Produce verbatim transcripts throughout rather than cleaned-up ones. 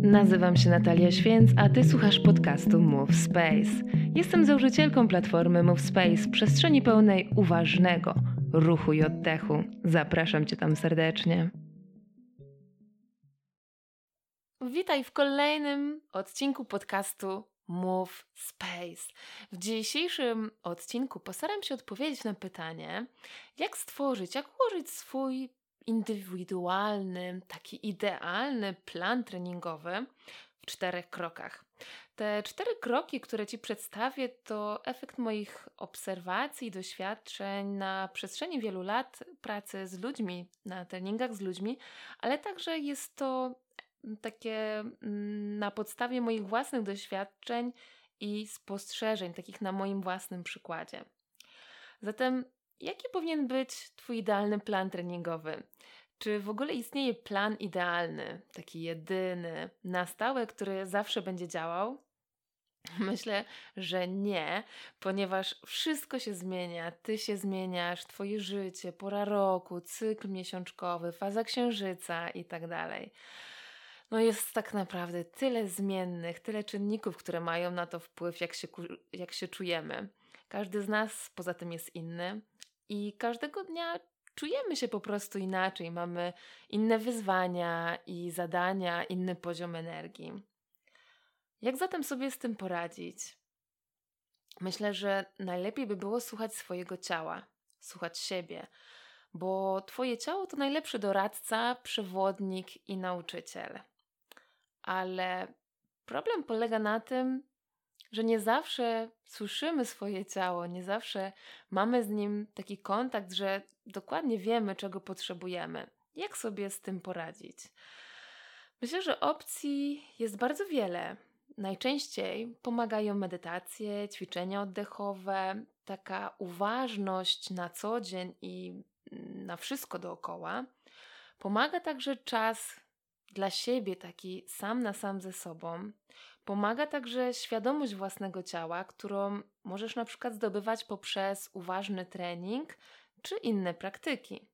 Nazywam się Natalia Święc, a Ty słuchasz podcastu Move Space. Jestem założycielką platformy Move Space, przestrzeni pełnej uważnego ruchu i oddechu. Zapraszam Cię tam serdecznie. Witaj w kolejnym odcinku podcastu Move Space. W dzisiejszym odcinku postaram się odpowiedzieć na pytanie, jak stworzyć, jak ułożyć swój indywidualny, taki idealny plan treningowy w czterech krokach. Te cztery kroki, które Ci przedstawię, to efekt moich obserwacji i doświadczeń na przestrzeni wielu lat pracy z ludźmi, na treningach z ludźmi, ale także jest to takie na podstawie moich własnych doświadczeń i spostrzeżeń, takich na moim własnym przykładzie. Zatem jaki powinien być Twój idealny plan treningowy? Czy w ogóle istnieje plan idealny, taki jedyny, na stałe, który zawsze będzie działał? Myślę, że nie, ponieważ wszystko się zmienia. Ty się zmieniasz, Twoje życie, pora roku, cykl miesiączkowy, faza księżyca itd. No jest tak naprawdę tyle zmiennych, tyle czynników, które mają na to wpływ, jak się, jak się czujemy. Każdy z nas poza tym jest inny i każdego dnia czujemy się po prostu inaczej. Mamy inne wyzwania i zadania, inny poziom energii. Jak zatem sobie z tym poradzić? Myślę, że najlepiej by było słuchać swojego ciała, słuchać siebie, bo Twoje ciało to najlepszy doradca, przewodnik i nauczyciel. Ale problem polega na tym, że nie zawsze słyszymy swoje ciało, nie zawsze mamy z nim taki kontakt, że dokładnie wiemy, czego potrzebujemy. Jak sobie z tym poradzić? Myślę, że opcji jest bardzo wiele. Najczęściej pomagają medytacje, ćwiczenia oddechowe, taka uważność na co dzień i na wszystko dookoła. Pomaga także czas dla siebie, taki sam na sam ze sobą. Pomaga także świadomość własnego ciała, którą możesz na przykład zdobywać poprzez uważny trening czy inne praktyki.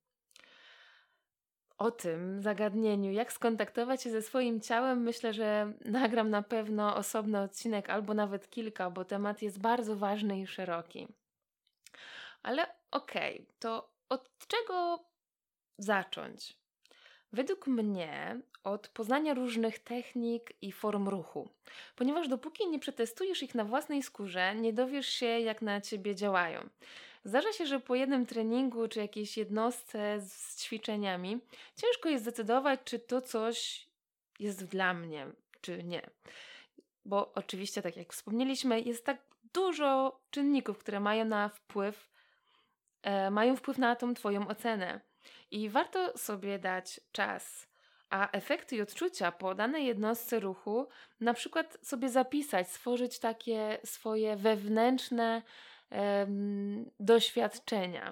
O tym zagadnieniu, jak skontaktować się ze swoim ciałem, myślę, że nagram na pewno osobny odcinek albo nawet kilka, bo temat jest bardzo ważny i szeroki. Ale okej, okay, to od czego zacząć? Według mnie od poznania różnych technik i form ruchu, ponieważ dopóki nie przetestujesz ich na własnej skórze, nie dowiesz się, jak na Ciebie działają. Zdarza się, że po jednym treningu czy jakiejś jednostce z ćwiczeniami ciężko jest zdecydować, czy to coś jest dla mnie, czy nie. Bo oczywiście, tak jak wspomnieliśmy, jest tak dużo czynników, które mają na wpływ, e, mają wpływ na tą Twoją ocenę. I warto sobie dać czas, a efekty i odczucia po danej jednostce ruchu na przykład sobie zapisać, stworzyć takie swoje wewnętrzne em, doświadczenia.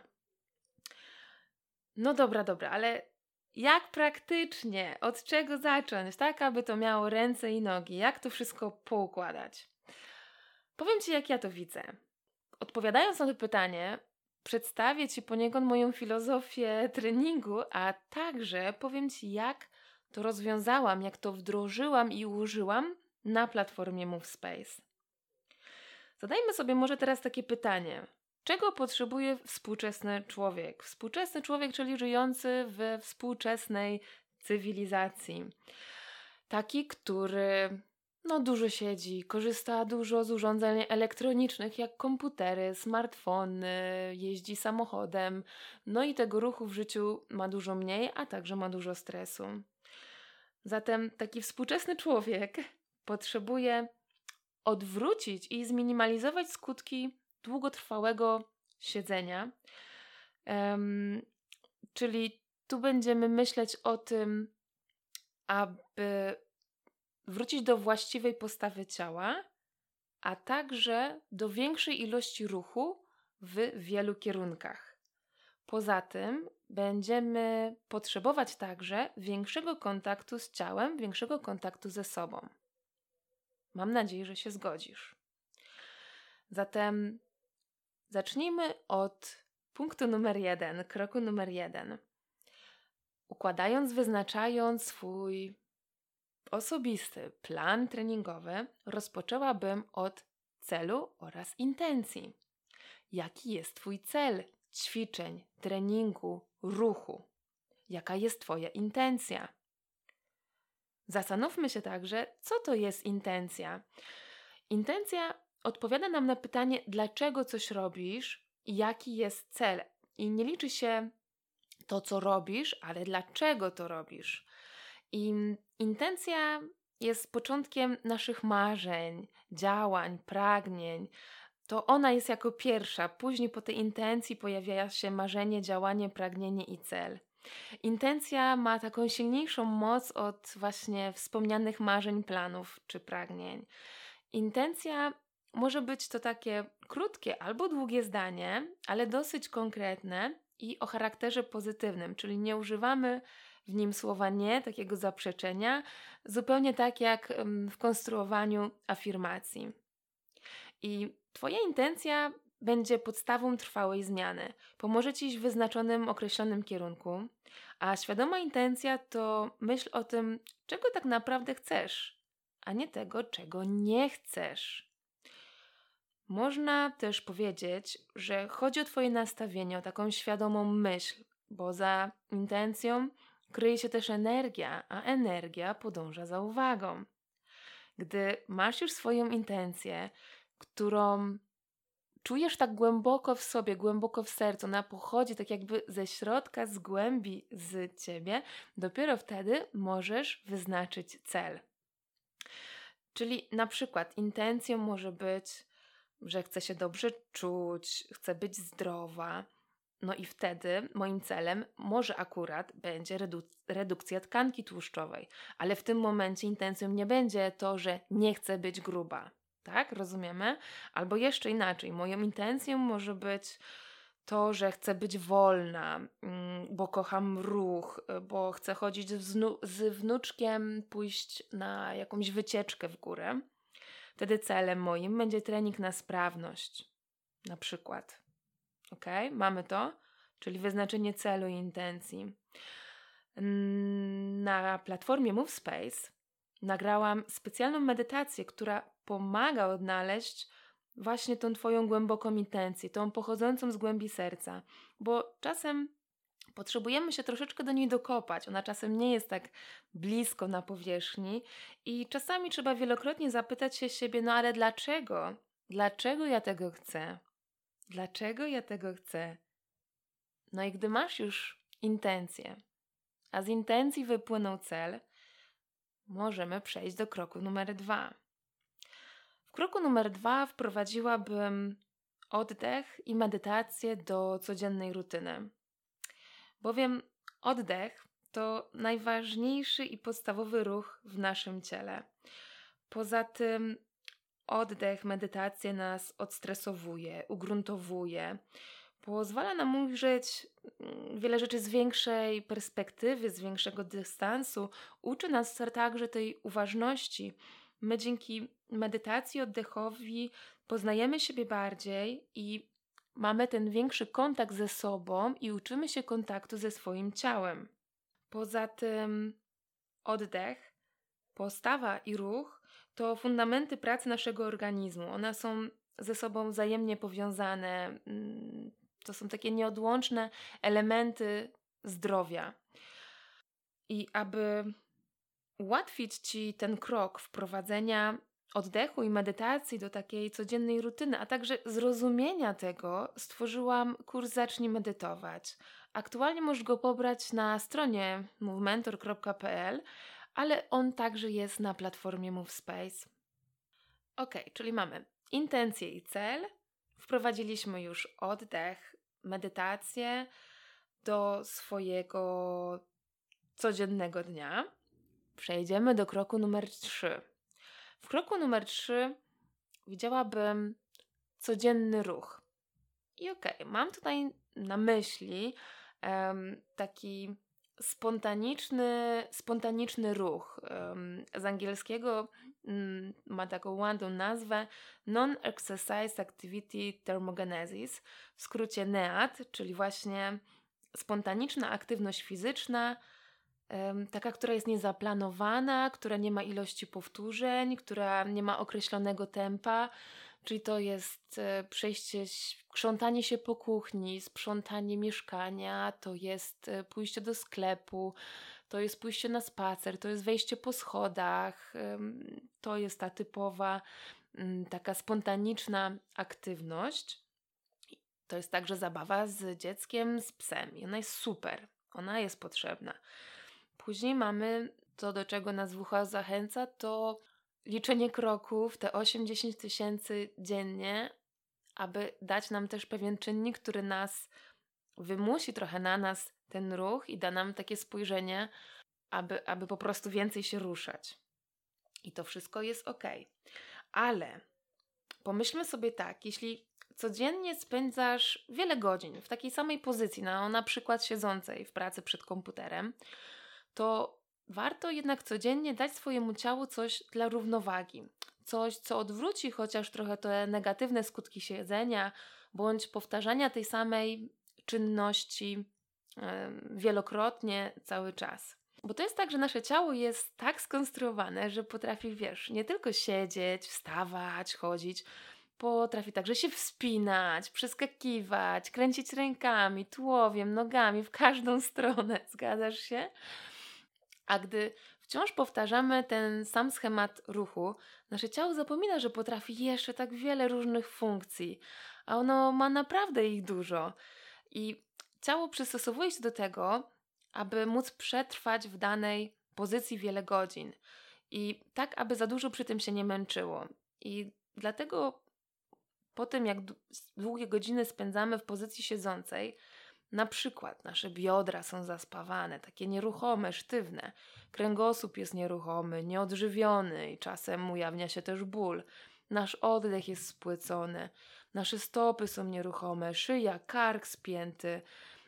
No dobra, dobra, ale jak praktycznie, od czego zacząć, tak aby to miało ręce i nogi, jak to wszystko poukładać? Powiem Ci, jak ja to widzę. Odpowiadając na to pytanie, przedstawię Ci poniekąd moją filozofię treningu, a także powiem Ci, jak to rozwiązałam, jak to wdrożyłam i ułożyłam na platformie Move Space. Zadajmy sobie może teraz takie pytanie. Czego potrzebuje współczesny człowiek? Współczesny człowiek, czyli żyjący we współczesnej cywilizacji. Taki, który no dużo siedzi, korzysta dużo z urządzeń elektronicznych jak komputery, smartfony, jeździ samochodem, no i tego ruchu w życiu ma dużo mniej, a także ma dużo stresu. Zatem taki współczesny człowiek potrzebuje odwrócić i zminimalizować skutki długotrwałego siedzenia, um, czyli tu będziemy myśleć o tym, aby wrócić do właściwej postawy ciała, a także do większej ilości ruchu w wielu kierunkach. Poza tym będziemy potrzebować także większego kontaktu z ciałem, większego kontaktu ze sobą. Mam nadzieję, że się zgodzisz. Zatem zacznijmy od punktu numer jeden, kroku numer jeden. Układając, wyznaczając swój osobisty plan treningowy rozpoczęłabym od celu oraz intencji. Jaki jest Twój cel ćwiczeń, treningu, ruchu? Jaka jest Twoja intencja? Zastanówmy się także, co to jest intencja. Intencja odpowiada nam na pytanie, dlaczego coś robisz i jaki jest cel. I nie liczy się to, co robisz, ale dlaczego to robisz. I intencja jest początkiem naszych marzeń, działań, pragnień. To ona jest jako pierwsza, później po tej intencji pojawia się marzenie, działanie, pragnienie i cel. Intencja ma taką silniejszą moc od właśnie wspomnianych marzeń, planów czy pragnień. Intencja może być to takie krótkie albo długie zdanie, ale dosyć konkretne i o charakterze pozytywnym, czyli nie używamy w nim słowa nie, takiego zaprzeczenia, zupełnie tak jak w konstruowaniu afirmacji. I Twoja intencja będzie podstawą trwałej zmiany. Pomoże Ci iść w wyznaczonym, określonym kierunku, a świadoma intencja to myśl o tym, czego tak naprawdę chcesz, a nie tego, czego nie chcesz. Można też powiedzieć, że chodzi o Twoje nastawienie, o taką świadomą myśl, bo za intencją kryje się też energia, a energia podąża za uwagą. Gdy masz już swoją intencję, którą czujesz tak głęboko w sobie, głęboko w sercu, ona pochodzi tak jakby ze środka, z głębi z Ciebie, dopiero wtedy możesz wyznaczyć cel. Czyli na przykład intencją może być, że chcę się dobrze czuć, chcę być zdrowa, no i wtedy moim celem może akurat będzie redu- redukcja tkanki tłuszczowej, ale w tym momencie intencją nie będzie to, że nie chcę być gruba. Tak? Rozumiemy? Albo jeszcze inaczej. Moją intencją może być to, że chcę być wolna, bo kocham ruch, bo chcę chodzić z, wnu- z wnuczkiem, pójść na jakąś wycieczkę w górę. Wtedy celem moim będzie trening na sprawność. Na przykład. Ok? Mamy to? Czyli wyznaczenie celu i intencji. Na platformie MoveSpace nagrałam specjalną medytację, która pomaga odnaleźć właśnie tą Twoją głęboką intencję, tą pochodzącą z głębi serca, bo czasem potrzebujemy się troszeczkę do niej dokopać, ona czasem nie jest tak blisko na powierzchni i czasami trzeba wielokrotnie zapytać się siebie, no ale dlaczego? Dlaczego ja tego chcę? Dlaczego ja tego chcę? No i gdy masz już intencję, a z intencji wypłynął cel, możemy przejść do kroku numer dwa. W kroku numer dwa wprowadziłabym oddech i medytację do codziennej rutyny. Bowiem oddech to najważniejszy i podstawowy ruch w naszym ciele. Poza tym oddech, medytacja nas odstresowuje, ugruntowuje, pozwala nam ujrzeć wiele rzeczy z większej perspektywy, z większego dystansu, uczy nas także tej uważności. My dzięki medytacji, oddechowi poznajemy siebie bardziej i mamy ten większy kontakt ze sobą i uczymy się kontaktu ze swoim ciałem. Poza tym oddech, postawa i ruch to fundamenty pracy naszego organizmu. One są ze sobą wzajemnie powiązane. To są takie nieodłączne elementy zdrowia. I aby ułatwić Ci ten krok wprowadzenia oddechu i medytacji do takiej codziennej rutyny, a także zrozumienia tego, stworzyłam kurs Zacznij Medytować. Aktualnie możesz go pobrać na stronie movementor kropka p l, ale on także jest na platformie MoveSpace. Ok, czyli mamy intencję i cel, wprowadziliśmy już oddech, medytację do swojego codziennego dnia. Przejdziemy do kroku numer trzy. W kroku numer trzy widziałabym codzienny ruch. I okej, okay, mam tutaj na myśli um, taki spontaniczny, spontaniczny ruch. Um, z angielskiego um, ma taką ładną nazwę Non-Exercise Activity Thermogenesis, w skrócie N E A T, czyli właśnie spontaniczna aktywność fizyczna taka, która jest niezaplanowana, która nie ma ilości powtórzeń, która nie ma określonego tempa, czyli to jest e, przejście, krzątanie się po kuchni, sprzątanie mieszkania, to jest e, pójście do sklepu, to jest pójście na spacer, to jest wejście po schodach, to jest ta typowa, taka spontaniczna aktywność. To jest także zabawa z dzieckiem, z psem i ona jest super, ona jest potrzebna. Później mamy to, do czego nas W H O zachęca, to liczenie kroków, te osiem do dziesięciu tysięcy dziennie, aby dać nam też pewien czynnik, który nas wymusi trochę na nas ten ruch i da nam takie spojrzenie, aby, aby po prostu więcej się ruszać. I to wszystko jest ok. Ale pomyślmy sobie tak, jeśli codziennie spędzasz wiele godzin w takiej samej pozycji, no, na przykład siedzącej w pracy przed komputerem, to warto jednak codziennie dać swojemu ciału coś dla równowagi. Coś, co odwróci chociaż trochę te negatywne skutki siedzenia, bądź powtarzania tej samej czynności yy, wielokrotnie, cały czas. Bo to jest tak, że nasze ciało jest tak skonstruowane, że potrafi, wiesz, nie tylko siedzieć, wstawać, chodzić, potrafi także się wspinać, przeskakiwać, kręcić rękami, tułowiem, nogami w każdą stronę. Zgadzasz się? A gdy wciąż powtarzamy ten sam schemat ruchu, nasze ciało zapomina, że potrafi jeszcze tak wiele różnych funkcji, a ono ma naprawdę ich dużo. I ciało przystosowuje się do tego, aby móc przetrwać w danej pozycji wiele godzin. I tak, aby za dużo przy tym się nie męczyło. I dlatego po tym, jak długie godziny spędzamy w pozycji siedzącej, na przykład nasze biodra są zaspawane, takie nieruchome, sztywne, kręgosłup jest nieruchomy, nieodżywiony i czasem ujawnia się też ból, nasz oddech jest spłycony, nasze stopy są nieruchome, szyja, kark spięty,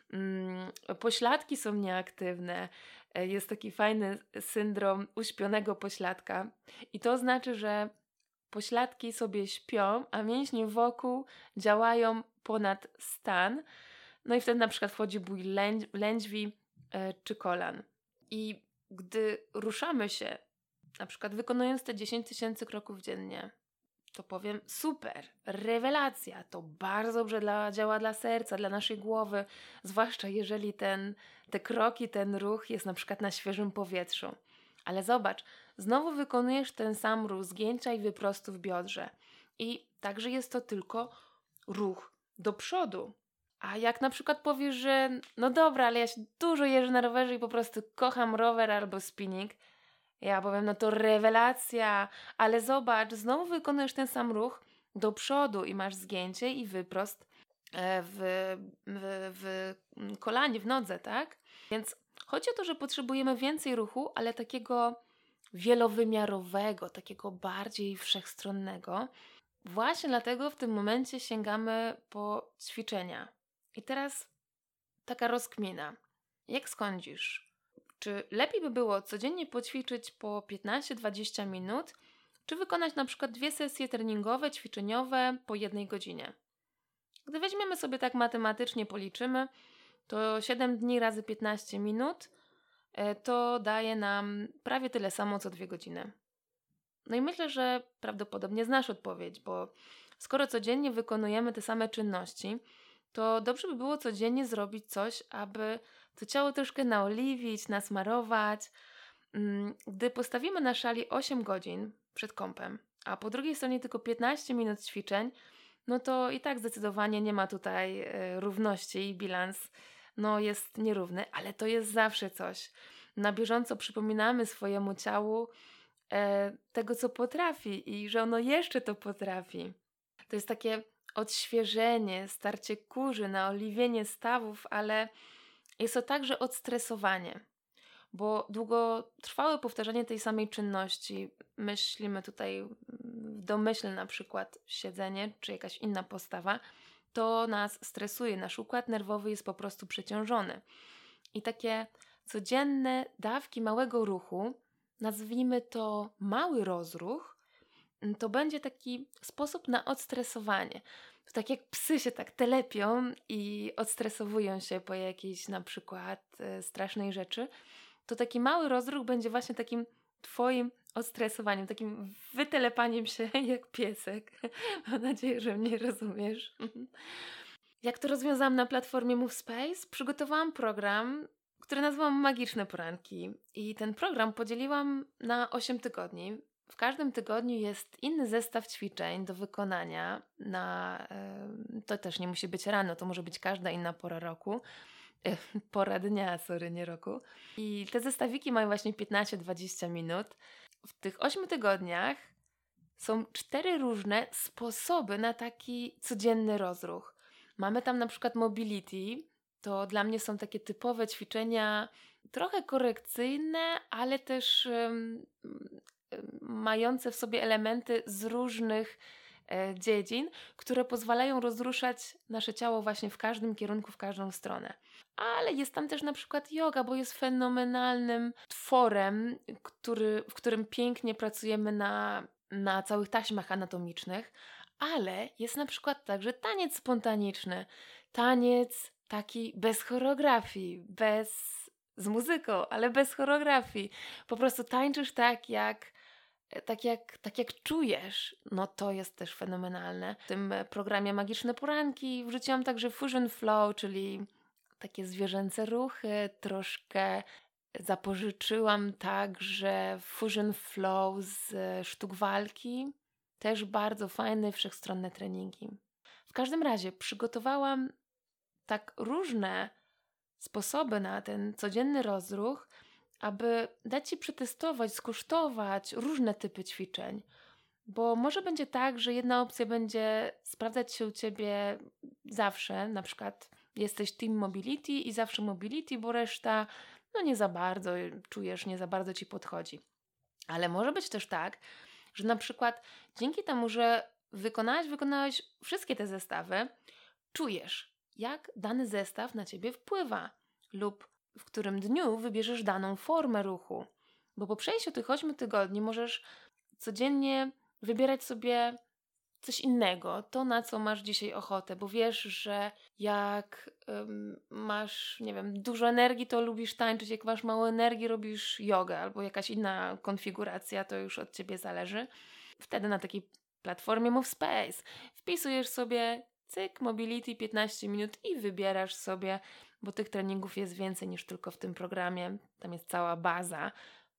mm, pośladki są nieaktywne. Jest taki fajny syndrom uśpionego pośladka i to znaczy, że pośladki sobie śpią, a mięśnie wokół działają ponad stan. No i wtedy na przykład wchodzi ból lędź, lędźwi e, czy kolan. I gdy ruszamy się, na przykład wykonując te dziesięć tysięcy kroków dziennie, to powiem super, rewelacja, to bardzo dobrze dla, działa dla serca, dla naszej głowy, zwłaszcza jeżeli ten, te kroki, ten ruch jest na przykład na świeżym powietrzu. Ale zobacz, znowu wykonujesz ten sam ruch zgięcia i wyprostu w biodrze. I także jest to tylko ruch do przodu. A jak na przykład powiesz, że no dobra, ale ja się dużo jeżdżę na rowerze i po prostu kocham rower albo spinning, ja powiem, no to rewelacja, ale zobacz, znowu wykonujesz ten sam ruch do przodu i masz zgięcie i wyprost w, w, w kolanie, w nodze, tak? Więc chodzi o to, że potrzebujemy więcej ruchu, ale takiego wielowymiarowego, takiego bardziej wszechstronnego. Właśnie dlatego w tym momencie sięgamy po ćwiczenia. I teraz taka rozkmina. Jak sądzisz? Czy lepiej by było codziennie poćwiczyć po piętnaście do dwudziestu minut, czy wykonać na przykład dwie sesje treningowe, ćwiczeniowe po jednej godzinie? Gdy weźmiemy sobie tak matematycznie, policzymy, to siedem dni razy piętnaście minut to daje nam prawie tyle samo co dwie godziny. No i myślę, że prawdopodobnie znasz odpowiedź, bo skoro codziennie wykonujemy te same czynności, to dobrze by było codziennie zrobić coś, aby to ciało troszkę naoliwić, nasmarować. Gdy postawimy na szali osiem godzin przed kąpem, a po drugiej stronie tylko piętnaście minut ćwiczeń, no to i tak zdecydowanie nie ma tutaj e, równości i bilans no, jest nierówny, ale to jest zawsze coś. Na bieżąco przypominamy swojemu ciału e, tego, co potrafi i że ono jeszcze to potrafi. To jest takie odświeżenie, starcie kurzy, naoliwienie stawów, ale jest to także odstresowanie, bo długotrwałe powtarzanie tej samej czynności, myślimy tutaj w domyśle na przykład siedzenie czy jakaś inna postawa, to nas stresuje, nasz układ nerwowy jest po prostu przeciążony. I takie codzienne dawki małego ruchu, nazwijmy to mały rozruch, to będzie taki sposób na odstresowanie. To tak jak psy się tak telepią i odstresowują się po jakiejś na przykład e, strasznej rzeczy, to taki mały rozruch będzie właśnie takim twoim odstresowaniem, takim wytelepaniem się jak piesek. Mam nadzieję, że mnie rozumiesz. Jak to rozwiązałam na platformie MoveSpace? Przygotowałam program, który nazywam Magiczne Poranki. I ten program podzieliłam na osiem tygodni. W każdym tygodniu jest inny zestaw ćwiczeń do wykonania. Na, yy, to też nie musi być rano, to może być każda inna pora roku. Yy, pora dnia, sorry, nie roku. I te zestawiki mają właśnie piętnaście do dwudziestu minut. W tych ośmiu tygodniach są cztery różne sposoby na taki codzienny rozruch. Mamy tam na przykład mobility. To dla mnie są takie typowe ćwiczenia, trochę korekcyjne, ale też um, mające w sobie elementy z różnych e, dziedzin, które pozwalają rozruszać nasze ciało właśnie w każdym kierunku, w każdą stronę. Ale jest tam też na przykład yoga, bo jest fenomenalnym tworem, który, w którym pięknie pracujemy na, na całych taśmach anatomicznych, ale jest na przykład także taniec spontaniczny, taniec taki bez choreografii, bez z muzyką, ale bez choreografii. Po prostu tańczysz tak jak, tak jak, tak jak czujesz. No to jest też fenomenalne. W tym programie Magiczne Poranki wrzuciłam także Fusion Flow, czyli takie zwierzęce ruchy. Troszkę zapożyczyłam także Fusion Flow z sztuk walki. Też bardzo fajne, wszechstronne treningi. W każdym razie przygotowałam tak różne sposoby na ten codzienny rozruch, aby dać Ci przetestować, skosztować różne typy ćwiczeń. Bo może będzie tak, że jedna opcja będzie sprawdzać się u Ciebie zawsze, na przykład jesteś team mobility i zawsze mobility, bo reszta no nie za bardzo czujesz, nie za bardzo Ci podchodzi. Ale może być też tak, że na przykład dzięki temu, że wykonałaś, wykonałeś wszystkie te zestawy, czujesz, jak dany zestaw na Ciebie wpływa lub w którym dniu wybierzesz daną formę ruchu. Bo po przejściu tych ośmiu tygodni możesz codziennie wybierać sobie coś innego, to na co masz dzisiaj ochotę, bo wiesz, że jak ym, masz, nie wiem, dużo energii, to lubisz tańczyć, jak masz mało energii, robisz jogę albo jakaś inna konfiguracja, to już od Ciebie zależy. Wtedy na takiej platformie MoveSpace wpisujesz sobie cyk, mobility piętnaście minut i wybierasz sobie, bo tych treningów jest więcej niż tylko w tym programie. Tam jest cała baza,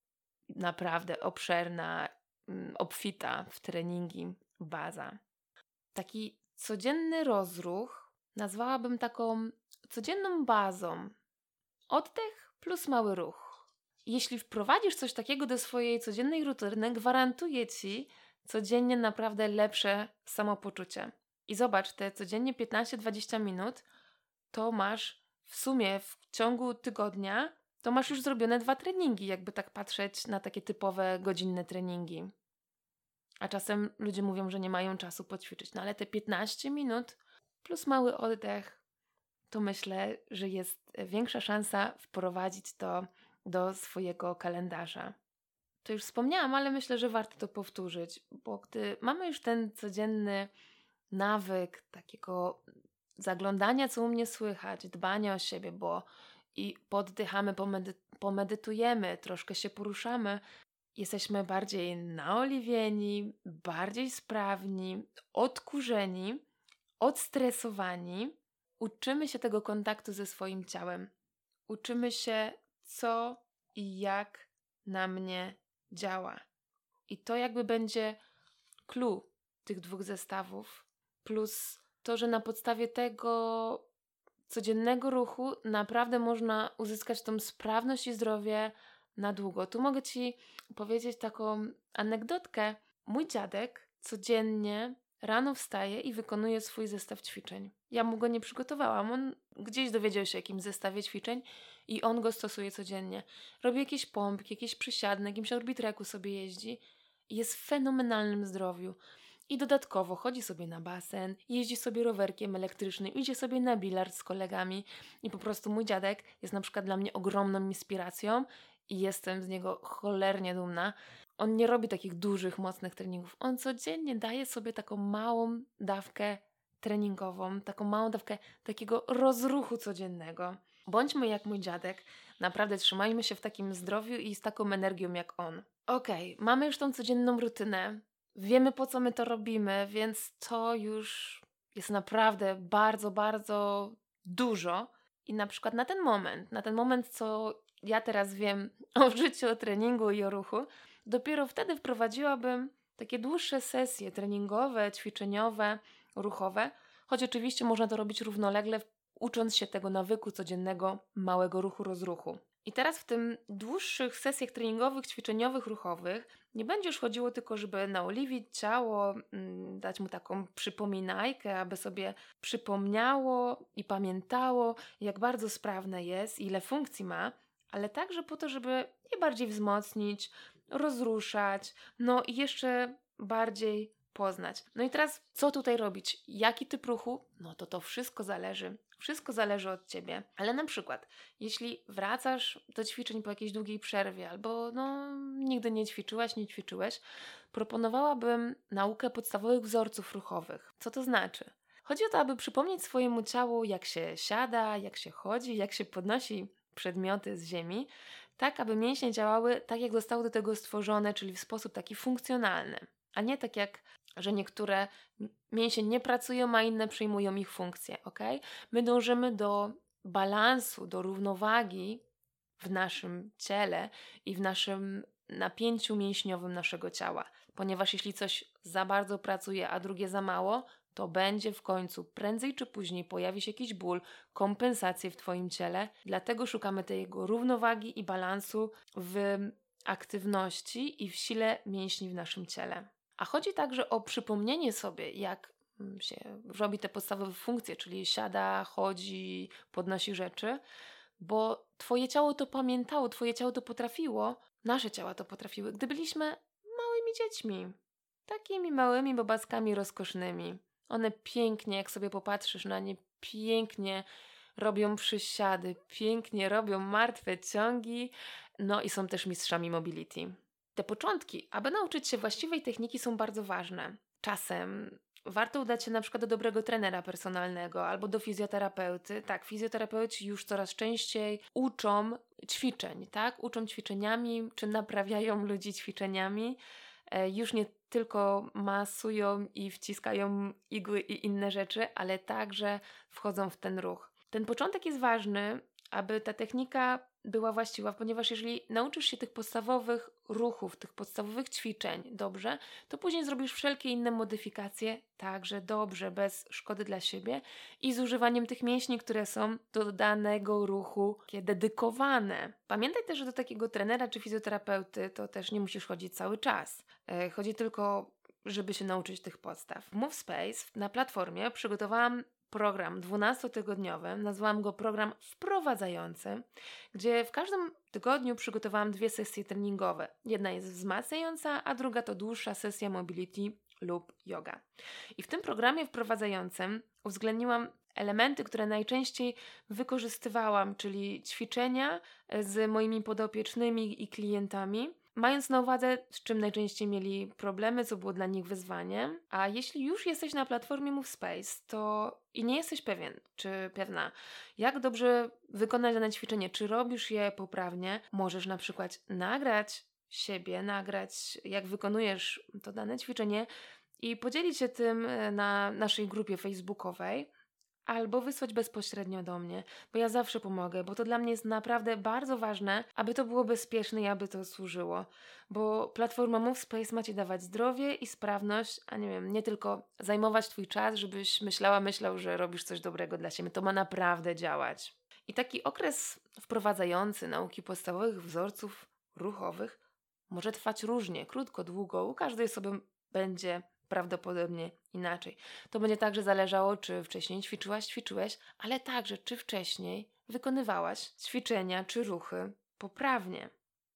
naprawdę obszerna, obfita w treningi baza. Taki codzienny rozruch nazwałabym taką codzienną bazą. Oddech plus mały ruch. Jeśli wprowadzisz coś takiego do swojej codziennej rutyny, gwarantuję Ci codziennie naprawdę lepsze samopoczucie. I zobacz, te codziennie piętnaście do dwudziestu minut, to masz w sumie w ciągu tygodnia, to masz już zrobione dwa treningi, jakby tak patrzeć na takie typowe godzinne treningi. A czasem ludzie mówią, że nie mają czasu poćwiczyć, no ale te piętnaście minut plus mały oddech, to myślę, że jest większa szansa wprowadzić to do swojego kalendarza. To już wspomniałam, ale myślę, że warto to powtórzyć, bo gdy mamy już ten codzienny nawyk takiego zaglądania, co u mnie słychać, dbania o siebie, bo i poddychamy, pomedy- pomedytujemy, troszkę się poruszamy, jesteśmy bardziej naoliwieni, bardziej sprawni, odkurzeni, odstresowani. Uczymy się tego kontaktu ze swoim ciałem. Uczymy się, co i jak na mnie działa. I to jakby będzie clue tych dwóch zestawów. Plus to, że na podstawie tego codziennego ruchu naprawdę można uzyskać tą sprawność i zdrowie na długo. Tu mogę Ci powiedzieć taką anegdotkę. Mój dziadek codziennie rano wstaje i wykonuje swój zestaw ćwiczeń. Ja mu go nie przygotowałam. On gdzieś dowiedział się o jakimś zestawie ćwiczeń i on go stosuje codziennie. Robi jakieś pompki, jakieś przysiady, na jakimś orbitreku sobie jeździ i jest w fenomenalnym zdrowiu. I dodatkowo chodzi sobie na basen, jeździ sobie rowerkiem elektrycznym, idzie sobie na bilard z kolegami i po prostu mój dziadek jest na przykład dla mnie ogromną inspiracją i jestem z niego cholernie dumna. On nie robi takich dużych, mocnych treningów. On codziennie daje sobie taką małą dawkę treningową, taką małą dawkę takiego rozruchu codziennego. Bądźmy jak mój dziadek, naprawdę trzymajmy się w takim zdrowiu i z taką energią jak on. Okej, okay, mamy już tą codzienną rutynę, wiemy po co my to robimy, więc to już jest naprawdę bardzo, bardzo dużo. I na przykład na ten moment, na ten moment, co ja teraz wiem o życiu, o treningu i o ruchu, dopiero wtedy wprowadziłabym takie dłuższe sesje treningowe, ćwiczeniowe, ruchowe, choć oczywiście można to robić równolegle, ucząc się tego nawyku codziennego małego ruchu, rozruchu. I teraz w tym dłuższych sesjach treningowych, ćwiczeniowych, ruchowych nie będzie już chodziło tylko, żeby naoliwić ciało, dać mu taką przypominajkę, aby sobie przypomniało i pamiętało, jak bardzo sprawne jest, ile funkcji ma, ale także po to, żeby je bardziej wzmocnić, rozruszać, no i jeszcze bardziej poznać. No i teraz co tutaj robić? Jaki typ ruchu? No to to wszystko zależy. Wszystko zależy od Ciebie. Ale na przykład, jeśli wracasz do ćwiczeń po jakiejś długiej przerwie albo no nigdy nie ćwiczyłaś, nie ćwiczyłeś, proponowałabym naukę podstawowych wzorców ruchowych. Co to znaczy? Chodzi o to, aby przypomnieć swojemu ciału, jak się siada, jak się chodzi, jak się podnosi przedmioty z ziemi, tak aby mięśnie działały tak, jak zostały do tego stworzone, czyli w sposób taki funkcjonalny, a nie tak jak, że niektóre mięśnie nie pracują, a inne przyjmują ich funkcję, ok? My dążymy do balansu, do równowagi w naszym ciele i w naszym napięciu mięśniowym naszego ciała, ponieważ jeśli coś za bardzo pracuje, a drugie za mało, to będzie w końcu, prędzej czy później pojawi się jakiś ból, kompensacje w Twoim ciele. Dlatego szukamy tej jego równowagi i balansu w aktywności i w sile mięśni w naszym ciele. A chodzi także o przypomnienie sobie, jak się robi te podstawowe funkcje, czyli siada, chodzi, podnosi rzeczy, bo Twoje ciało to pamiętało, Twoje ciało to potrafiło, nasze ciała to potrafiły, gdy byliśmy małymi dziećmi. Takimi małymi bobaskami rozkosznymi. One pięknie, jak sobie popatrzysz na nie, pięknie robią przysiady, pięknie robią martwe ciągi, no i są też mistrzami mobility. Te początki, aby nauczyć się właściwej techniki, są bardzo ważne. Czasem warto udać się na przykład do dobrego trenera personalnego albo do fizjoterapeuty. Tak, fizjoterapeuci już coraz częściej uczą ćwiczeń, tak? Uczą ćwiczeniami, czy naprawiają ludzi ćwiczeniami. E, już nie tylko masują i wciskają igły i inne rzeczy, ale także wchodzą w ten ruch. Ten początek jest ważny, aby ta technika była właściwa, ponieważ jeżeli nauczysz się tych podstawowych ruchów, tych podstawowych ćwiczeń dobrze, to później zrobisz wszelkie inne modyfikacje także dobrze, bez szkody dla siebie i z używaniem tych mięśni, które są do danego ruchu dedykowane. Pamiętaj też, że do takiego trenera czy fizjoterapeuty to też nie musisz chodzić cały czas. Chodzi tylko, żeby się nauczyć tych podstaw. W MoveSpace na platformie przygotowałam program dwunastotygodniowy, nazwałam go program wprowadzający, gdzie w każdym tygodniu przygotowałam dwie sesje treningowe. Jedna jest wzmacniająca, a druga to dłuższa sesja mobility lub yoga. I w tym programie wprowadzającym uwzględniłam elementy, które najczęściej wykorzystywałam, czyli ćwiczenia z moimi podopiecznymi i klientami, mając na uwadze, z czym najczęściej mieli problemy, co było dla nich wyzwaniem. A jeśli już jesteś na platformie MoveSpace, to i nie jesteś pewien, czy pewna, jak dobrze wykonać dane ćwiczenie, czy robisz je poprawnie, możesz na przykład nagrać siebie, nagrać jak wykonujesz to dane ćwiczenie i podzielić się tym na naszej grupie facebookowej, albo wysłać bezpośrednio do mnie, bo ja zawsze pomogę, bo to dla mnie jest naprawdę bardzo ważne, aby to było bezpieczne i aby to służyło, bo platforma MoveSpace ma Ci dawać zdrowie i sprawność, a nie wiem, nie tylko zajmować Twój czas, żebyś myślała, myślał, że robisz coś dobrego dla siebie, to ma naprawdę działać. I taki okres wprowadzający nauki podstawowych wzorców ruchowych może trwać różnie, krótko, długo, u każdej osoby będzie prawdopodobnie inaczej. To będzie także zależało, czy wcześniej ćwiczyłaś, ćwiczyłeś, ale także, czy wcześniej wykonywałaś ćwiczenia czy ruchy poprawnie.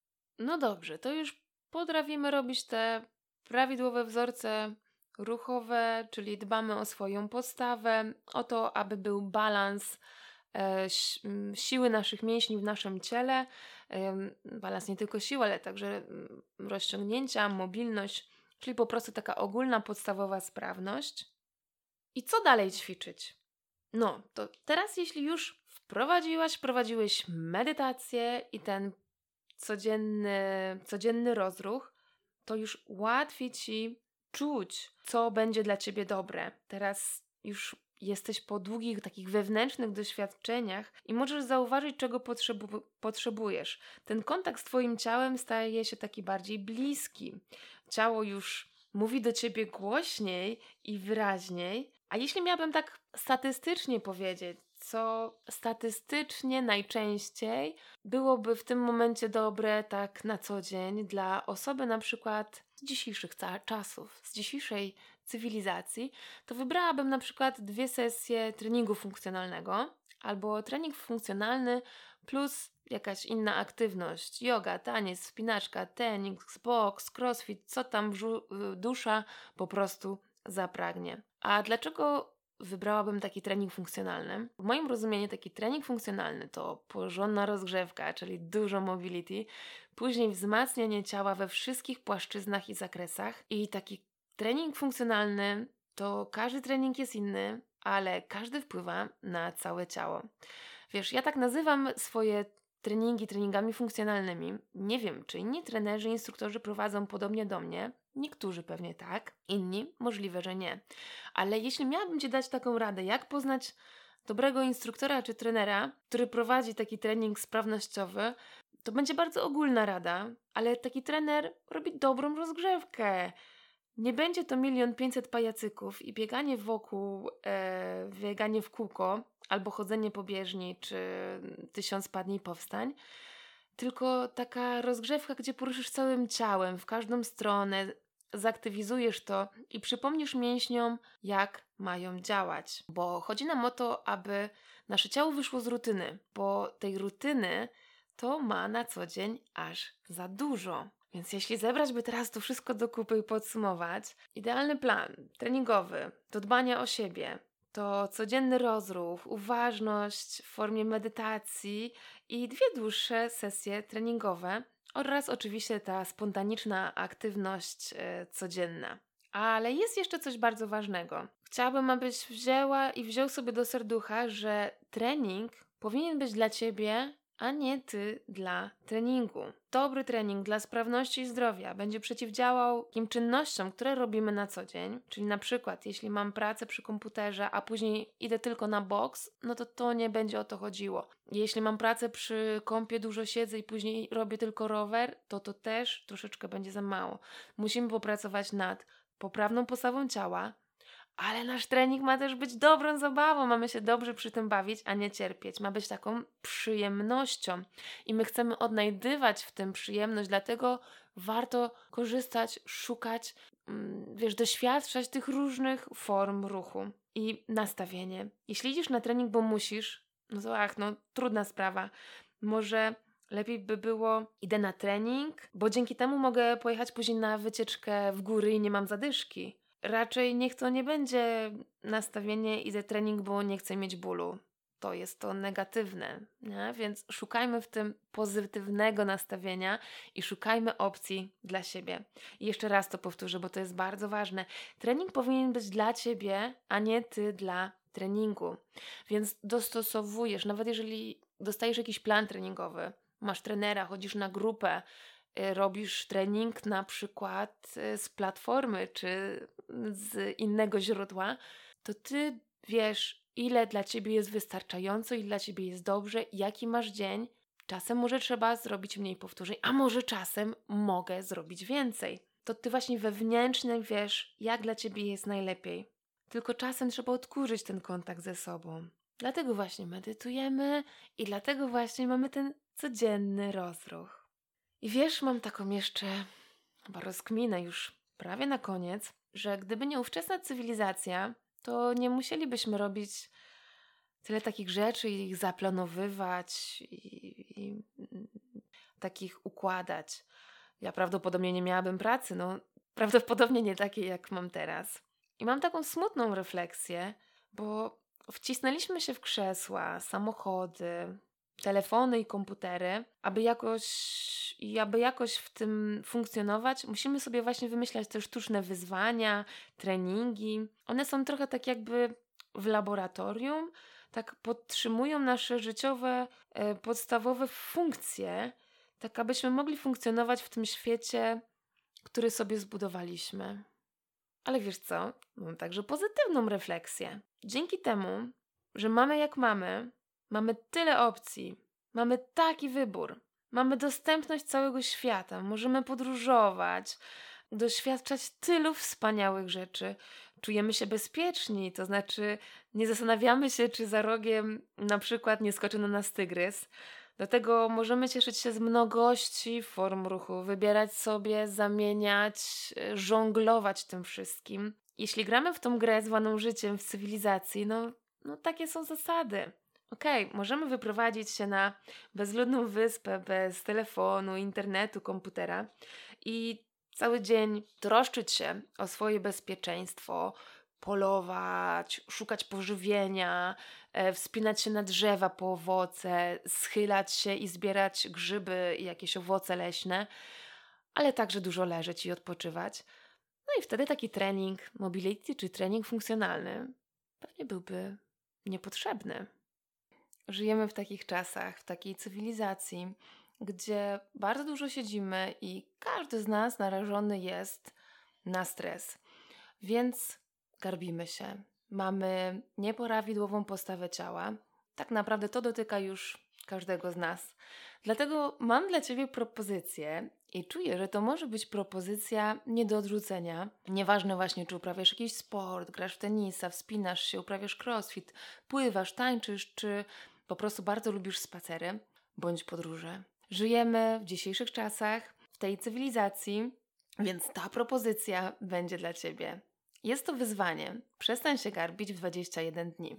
No dobrze, to już potrafimy robić te prawidłowe wzorce ruchowe, czyli dbamy o swoją postawę, o to, aby był balans e, siły naszych mięśni w naszym ciele, e, balans nie tylko siły, ale także rozciągnięcia, mobilność, czyli po prostu taka ogólna, podstawowa sprawność. I co dalej ćwiczyć? No, to teraz jeśli już wprowadziłaś, wprowadziłeś medytację i ten codzienny, codzienny rozruch, to już łatwiej Ci czuć, co będzie dla Ciebie dobre. Teraz już jesteś po długich takich wewnętrznych doświadczeniach i możesz zauważyć, czego potrzebu- potrzebujesz. Ten kontakt z Twoim ciałem staje się taki bardziej bliski. Ciało już mówi do Ciebie głośniej i wyraźniej. A jeśli miałabym tak statystycznie powiedzieć, co statystycznie najczęściej byłoby w tym momencie dobre tak na co dzień dla osoby na przykład z dzisiejszych ca- czasów, z dzisiejszej cywilizacji, to wybrałabym na przykład dwie sesje treningu funkcjonalnego albo trening funkcjonalny plus jakaś inna aktywność, yoga, taniec, wspinaczka, tenis, boks, crossfit, co tam brzu- dusza po prostu zapragnie. A dlaczego wybrałabym taki trening funkcjonalny? W moim rozumieniu taki trening funkcjonalny to porządna rozgrzewka, czyli dużo mobility, później wzmacnianie ciała we wszystkich płaszczyznach i zakresach i taki trening funkcjonalny to każdy trening jest inny, ale każdy wpływa na całe ciało. Wiesz, ja tak nazywam swoje treningi treningami funkcjonalnymi. Nie wiem, czy inni trenerzy, instruktorzy prowadzą podobnie do mnie. Niektórzy pewnie tak, inni możliwe, że nie. Ale jeśli miałabym Ci dać taką radę, jak poznać dobrego instruktora czy trenera, który prowadzi taki trening sprawnościowy, to będzie bardzo ogólna rada, ale taki trener robi dobrą rozgrzewkę. Nie będzie to milion pięćset pajacyków i bieganie wokół, e, bieganie w kółko, albo chodzenie po bieżni, czy tysiąc padnij powstań, tylko taka rozgrzewka, gdzie poruszysz całym ciałem, w każdą stronę, zaktywizujesz to i przypomnisz mięśniom, jak mają działać. Bo chodzi nam o to, aby nasze ciało wyszło z rutyny, bo tej rutyny to ma na co dzień aż za dużo. Więc jeśli zebrać by teraz to wszystko do kupy i podsumować, idealny plan treningowy do dbania o siebie to codzienny rozruch, uważność w formie medytacji i dwie dłuższe sesje treningowe oraz oczywiście ta spontaniczna aktywność e, codzienna. Ale jest jeszcze coś bardzo ważnego. Chciałabym, abyś wzięła i wziął sobie do serducha, że trening powinien być dla Ciebie, a nie Ty dla treningu. Dobry trening dla sprawności i zdrowia będzie przeciwdziałał takim czynnościom, które robimy na co dzień, czyli na przykład jeśli mam pracę przy komputerze, a później idę tylko na boks, no to to nie będzie o to chodziło. Jeśli mam pracę przy kompie, dużo siedzę i później robię tylko rower, to to też troszeczkę będzie za mało. Musimy popracować nad poprawną postawą ciała, ale nasz trening ma też być dobrą zabawą, mamy się dobrze przy tym bawić, a nie cierpieć. Ma być taką przyjemnością i my chcemy odnajdywać w tym przyjemność, dlatego warto korzystać, szukać, mm, wiesz, doświadczać tych różnych form ruchu i nastawienie. Jeśli idziesz na trening, bo musisz, no to ach, no trudna sprawa. Może lepiej by było, idę na trening, bo dzięki temu mogę pojechać później na wycieczkę w góry i nie mam zadyszki. Raczej niech to nie będzie nastawienie, idę trening, bo nie chcę mieć bólu. To jest to negatywne, nie? Więc szukajmy w tym pozytywnego nastawienia i szukajmy opcji dla siebie. I jeszcze raz to powtórzę, bo to jest bardzo ważne. Trening powinien być dla Ciebie, a nie Ty dla treningu. Więc dostosowujesz, nawet jeżeli dostajesz jakiś plan treningowy, masz trenera, chodzisz na grupę, robisz trening na przykład z platformy czy z innego źródła, to Ty wiesz, ile dla Ciebie jest wystarczająco, ile dla Ciebie jest dobrze, jaki masz dzień. Czasem może trzeba zrobić mniej powtórzeń, a może czasem mogę zrobić więcej. To Ty właśnie wewnętrznie wiesz, jak dla Ciebie jest najlepiej. Tylko czasem trzeba odkurzyć ten kontakt ze sobą. Dlatego właśnie medytujemy i dlatego właśnie mamy ten codzienny rozruch. I wiesz, mam taką jeszcze chyba rozkminę już prawie na koniec, że gdyby nie ówczesna cywilizacja, to nie musielibyśmy robić tyle takich rzeczy i ich zaplanowywać i, i takich układać. Ja prawdopodobnie nie miałabym pracy, no prawdopodobnie nie takiej jak mam teraz. I mam taką smutną refleksję, bo wcisnęliśmy się w krzesła, samochody, telefony i komputery, aby jakoś i aby jakoś w tym funkcjonować, musimy sobie właśnie wymyślać te sztuczne wyzwania, treningi. One są trochę tak jakby w laboratorium, tak podtrzymują nasze życiowe, e, podstawowe funkcje, tak abyśmy mogli funkcjonować w tym świecie, który sobie zbudowaliśmy. Ale wiesz co? Mam także pozytywną refleksję. Dzięki temu, że mamy jak mamy, mamy tyle opcji, mamy taki wybór, mamy dostępność całego świata, możemy podróżować, doświadczać tylu wspaniałych rzeczy. Czujemy się bezpieczni, to znaczy nie zastanawiamy się, czy za rogiem na przykład nie skoczy na nas tygrys. Dlatego możemy cieszyć się z mnogości form ruchu, wybierać sobie, zamieniać, e, żonglować tym wszystkim. Jeśli gramy w tą grę zwaną życiem w cywilizacji, no, no takie są zasady. Okej, możemy wyprowadzić się na bezludną wyspę bez telefonu, internetu, komputera i cały dzień troszczyć się o swoje bezpieczeństwo, polować, szukać pożywienia, e, wspinać się na drzewa po owoce, schylać się i zbierać grzyby i jakieś owoce leśne, ale także dużo leżeć i odpoczywać. No i wtedy taki trening mobility czy trening funkcjonalny pewnie byłby niepotrzebny. Żyjemy w takich czasach, w takiej cywilizacji, gdzie bardzo dużo siedzimy i każdy z nas narażony jest na stres. Więc garbimy się. Mamy nieprawidłową postawę ciała. Tak naprawdę to dotyka już każdego z nas. Dlatego mam dla Ciebie propozycję i czuję, że to może być propozycja nie do odrzucenia. Nieważne właśnie, czy uprawiasz jakiś sport, grasz w tenisa, wspinasz się, uprawiasz crossfit, pływasz, tańczysz, czy po prostu bardzo lubisz spacery bądź podróże. Żyjemy w dzisiejszych czasach, w tej cywilizacji, więc ta propozycja będzie dla Ciebie. Jest to wyzwanie. Przestań się garbić w dwadzieścia jeden dni.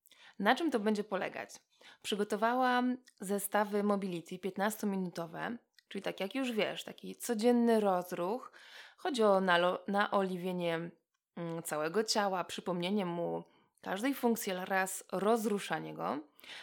Na czym to będzie polegać? Przygotowałam zestawy mobility piętnastominutowe, czyli tak jak już wiesz, taki codzienny rozruch. Chodzi o nalo- naoliwienie mm, całego ciała, przypomnienie mu każdej funkcji oraz rozruszanie go.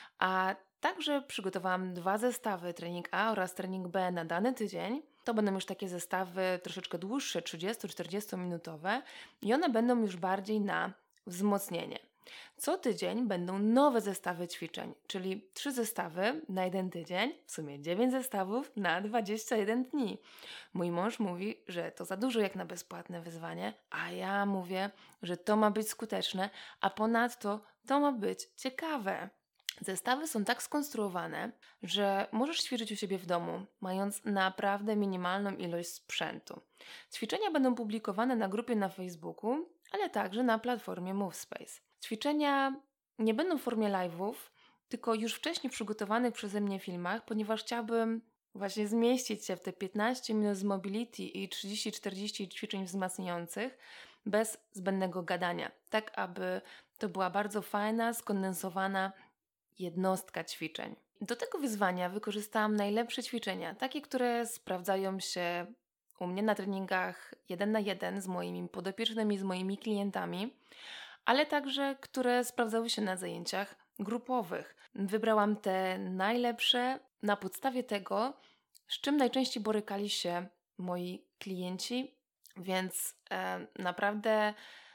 A także przygotowałam dwa zestawy, trening A oraz trening B na dany tydzień. To będą już takie zestawy troszeczkę dłuższe, trzydziesto-czterdziesto minutowe i one będą już bardziej na wzmocnienie. Co tydzień będą nowe zestawy ćwiczeń, czyli trzy zestawy na jeden tydzień, w sumie dziewięć zestawów na dwadzieścia jeden dni. Mój mąż mówi, że to za dużo jak na bezpłatne wyzwanie, a ja mówię, że to ma być skuteczne, a ponadto to ma być ciekawe. Zestawy są tak skonstruowane, że możesz ćwiczyć u siebie w domu, mając naprawdę minimalną ilość sprzętu. Ćwiczenia będą publikowane na grupie na Facebooku, ale także na platformie MoveSpace. Ćwiczenia nie będą w formie live'ów, tylko już wcześniej przygotowanych przeze mnie filmach, ponieważ chciałabym właśnie zmieścić się w te piętnaście minut z mobility i trzydzieści czterdzieści ćwiczeń wzmacniających bez zbędnego gadania, tak aby to była bardzo fajna, skondensowana jednostka ćwiczeń. Do tego wyzwania wykorzystałam najlepsze ćwiczenia, takie, które sprawdzają się u mnie na treningach jeden na jeden z moimi podopiecznymi, z moimi klientami, ale także, które sprawdzały się na zajęciach grupowych. Wybrałam te najlepsze na podstawie tego, z czym najczęściej borykali się moi klienci, więc e, naprawdę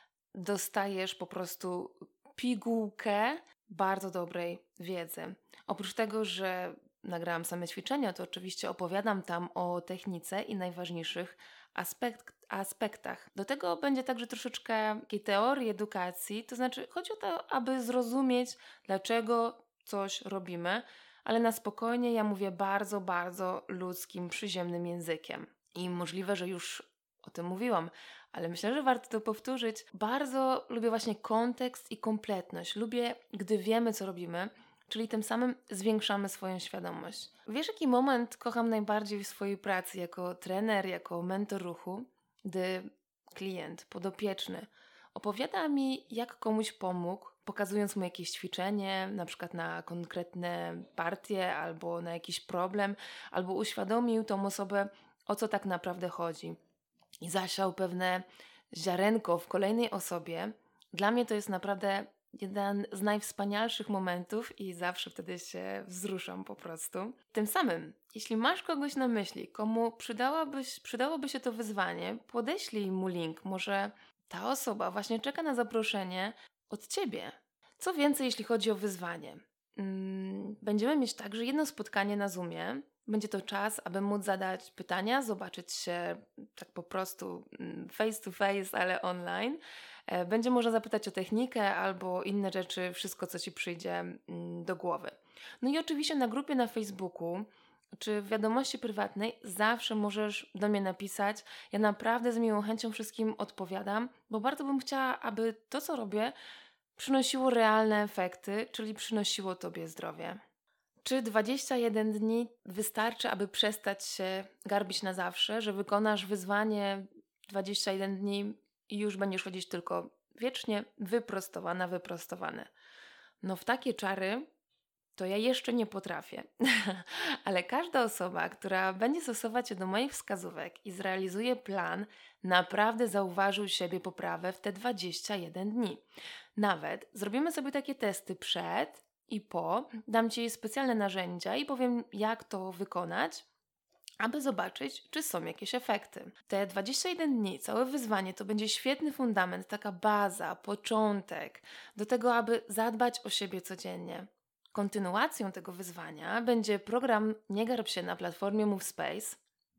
dostajesz po prostu pigułkę bardzo dobrej wiedzy. Oprócz tego, że nagrałam same ćwiczenia, to oczywiście opowiadam tam o technice i najważniejszych aspekt, aspektach. Do tego będzie także troszeczkę takiej teorii edukacji, to znaczy chodzi o to, aby zrozumieć, dlaczego coś robimy, ale na spokojnie ja mówię bardzo, bardzo ludzkim, przyziemnym językiem. I możliwe, że już o tym mówiłam, ale myślę, że warto to powtórzyć. Bardzo lubię właśnie kontekst i kompletność. Lubię, gdy wiemy, co robimy, czyli tym samym zwiększamy swoją świadomość. Wiesz, jaki moment kocham najbardziej w swojej pracy jako trener, jako mentor ruchu? Gdy klient, podopieczny opowiada mi, jak komuś pomógł, pokazując mu jakieś ćwiczenie, na przykład na konkretne partie albo na jakiś problem, albo uświadomił tą osobę, o co tak naprawdę chodzi. I zasiał pewne ziarenko w kolejnej osobie. Dla mnie to jest naprawdę jeden z najwspanialszych momentów i zawsze wtedy się wzruszam po prostu. Tym samym, jeśli masz kogoś na myśli, komu przydałoby, przydałoby się to wyzwanie, podeślij mu link. Może ta osoba właśnie czeka na zaproszenie od Ciebie. Co więcej, jeśli chodzi o wyzwanie. Będziemy mieć także jedno spotkanie na Zoomie. Będzie to czas, aby móc zadać pytania, zobaczyć się tak po prostu face to face, ale online. Będzie można zapytać o technikę albo inne rzeczy, wszystko co Ci przyjdzie do głowy. No i oczywiście na grupie na Facebooku czy w wiadomości prywatnej zawsze możesz do mnie napisać. Ja naprawdę z miłą chęcią wszystkim odpowiadam, bo bardzo bym chciała, aby to, co robię, przynosiło realne efekty, czyli przynosiło Tobie zdrowie. Czy dwadzieścia jeden dni wystarczy, aby przestać się garbić na zawsze, że wykonasz wyzwanie dwadzieścia jeden dni i już będziesz chodzić tylko wiecznie wyprostowana, wyprostowany? No w takie czary to ja jeszcze nie potrafię. Ale każda osoba, która będzie stosować się do moich wskazówek i zrealizuje plan, naprawdę zauważy u siebie poprawę w te dwadzieścia jeden dni. Nawet zrobimy sobie takie testy przed i po. Dam Ci specjalne narzędzia i powiem, jak to wykonać, aby zobaczyć, czy są jakieś efekty. Te dwadzieścia jeden dni, całe wyzwanie, to będzie świetny fundament, taka baza, początek do tego, aby zadbać o siebie codziennie. Kontynuacją tego wyzwania będzie program Nie garb się na platformie MoveSpace,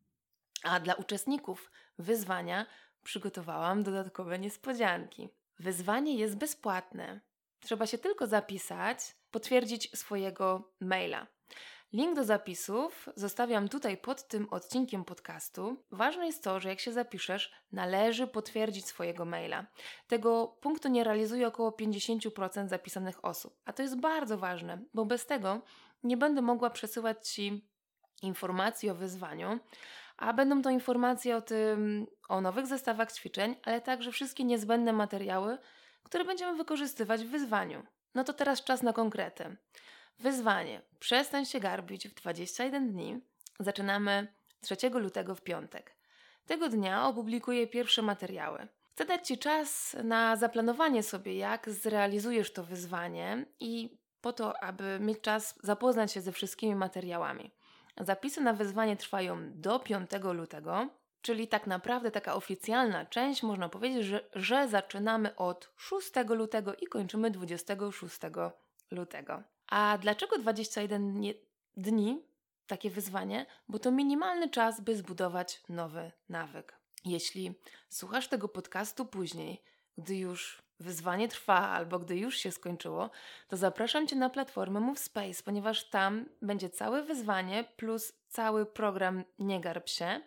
a dla uczestników wyzwania przygotowałam dodatkowe niespodzianki. Wyzwanie jest bezpłatne. Trzeba się tylko zapisać, potwierdzić swojego maila. Link do zapisów zostawiam tutaj pod tym odcinkiem podcastu. Ważne jest to, że jak się zapiszesz, należy potwierdzić swojego maila. Tego punktu nie realizuje około pięćdziesiąt procent zapisanych osób, a to jest bardzo ważne, bo bez tego nie będę mogła przesyłać Ci informacji o wyzwaniu, a będą to informacje o tym, o nowych zestawach ćwiczeń, ale także wszystkie niezbędne materiały, które będziemy wykorzystywać w wyzwaniu. No to teraz czas na konkrety. Wyzwanie. Przestań się garbić w dwadzieścia jeden dni. Zaczynamy trzeciego lutego w piątek. Tego dnia opublikuję pierwsze materiały. Chcę dać Ci czas na zaplanowanie sobie, jak zrealizujesz to wyzwanie i po to, aby mieć czas zapoznać się ze wszystkimi materiałami. Zapisy na wyzwanie trwają do piątego lutego, czyli tak naprawdę taka oficjalna część, można powiedzieć, że, że zaczynamy od szóstego lutego i kończymy dwudziestego szóstego lutego. A dlaczego dwadzieścia jeden dni, takie wyzwanie? Bo to minimalny czas, by zbudować nowy nawyk. Jeśli słuchasz tego podcastu później, gdy już wyzwanie trwa albo gdy już się skończyło, to zapraszam Cię na platformę MoveSpace, ponieważ tam będzie całe wyzwanie plus cały program Nie garb się.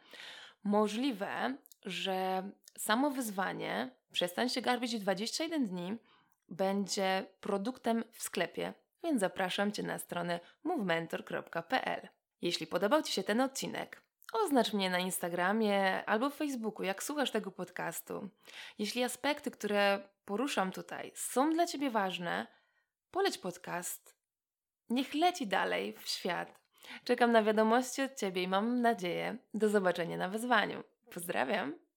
Możliwe, że samo wyzwanie Przestań się garbić w dwadzieścia jeden dni będzie produktem w sklepie, więc zapraszam Cię na stronę movementor kropka p l. Jeśli podobał Ci się ten odcinek, oznacz mnie na Instagramie albo Facebooku, jak słuchasz tego podcastu. Jeśli aspekty, które poruszam tutaj, są dla Ciebie ważne, poleć podcast. Niech leci dalej w świat. Czekam na wiadomości od Ciebie i mam nadzieję do zobaczenia na wyzwaniu. Pozdrawiam!